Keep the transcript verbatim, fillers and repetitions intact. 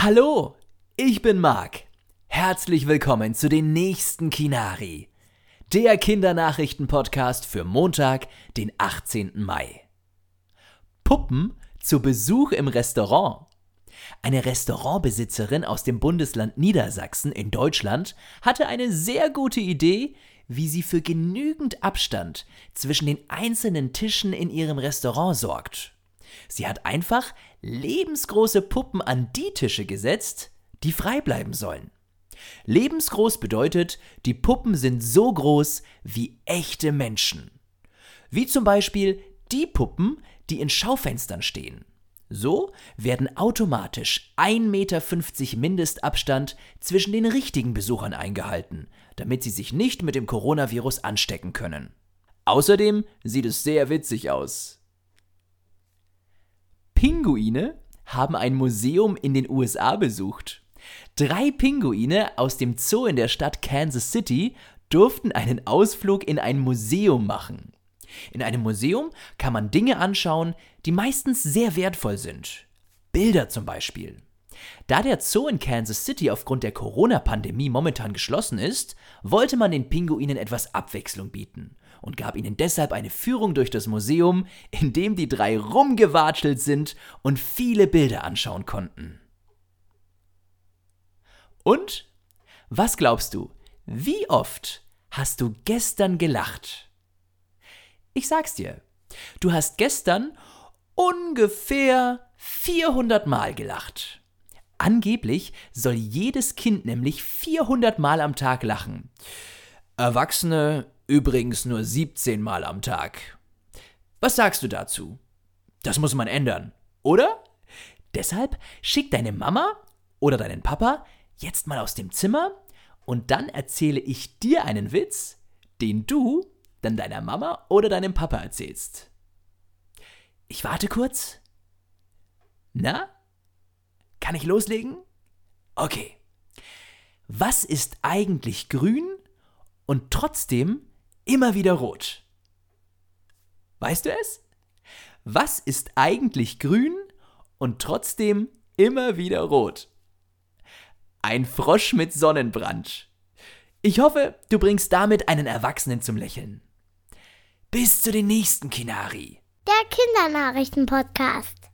Hallo, ich bin Marc. Herzlich willkommen zu den nächsten Kinari, der Kindernachrichten-Podcast für Montag, den achtzehnten Mai. Puppen zu Besuch im Restaurant. Eine Restaurantbesitzerin aus dem Bundesland Niedersachsen in Deutschland hatte eine sehr gute Idee, wie sie für genügend Abstand zwischen den einzelnen Tischen in ihrem Restaurant sorgt. Sie hat einfach lebensgroße Puppen an die Tische gesetzt, die frei bleiben sollen. Lebensgroß bedeutet, die Puppen sind so groß wie echte Menschen. Wie zum Beispiel die Puppen, die in Schaufenstern stehen. So werden automatisch ein Meter fünfzig Mindestabstand zwischen den richtigen Besuchern eingehalten, damit sie sich nicht mit dem Coronavirus anstecken können. Außerdem sieht es sehr witzig aus. Pinguine haben ein Museum in den U S A besucht. Drei Pinguine aus dem Zoo in der Stadt Kansas City durften einen Ausflug in ein Museum machen. In einem Museum kann man Dinge anschauen, die meistens sehr wertvoll sind. Bilder zum Beispiel. Da der Zoo in Kansas City aufgrund der Corona-Pandemie momentan geschlossen ist, wollte man den Pinguinen etwas Abwechslung bieten und gab ihnen deshalb eine Führung durch das Museum, in dem die drei rumgewatschelt sind und viele Bilder anschauen konnten. Und? Was glaubst du? Wie oft hast du gestern gelacht? Ich sag's dir, du hast gestern ungefähr vierhundert Mal gelacht. Angeblich soll jedes Kind nämlich vierhundert Mal am Tag lachen. Erwachsene übrigens nur siebzehn Mal am Tag. Was sagst du dazu? Das muss man ändern, oder? Deshalb schick deine Mama oder deinen Papa jetzt mal aus dem Zimmer und dann erzähle ich dir einen Witz, den du dann deiner Mama oder deinem Papa erzählst. Ich warte kurz. Na? Kann ich loslegen? Okay. Was ist eigentlich grün und trotzdem immer wieder rot? Weißt du es? Was ist eigentlich grün und trotzdem immer wieder rot? Ein Frosch mit Sonnenbrand. Ich hoffe, du bringst damit einen Erwachsenen zum Lächeln. Bis zu den nächsten Kinari. Der Kindernachrichten-Podcast.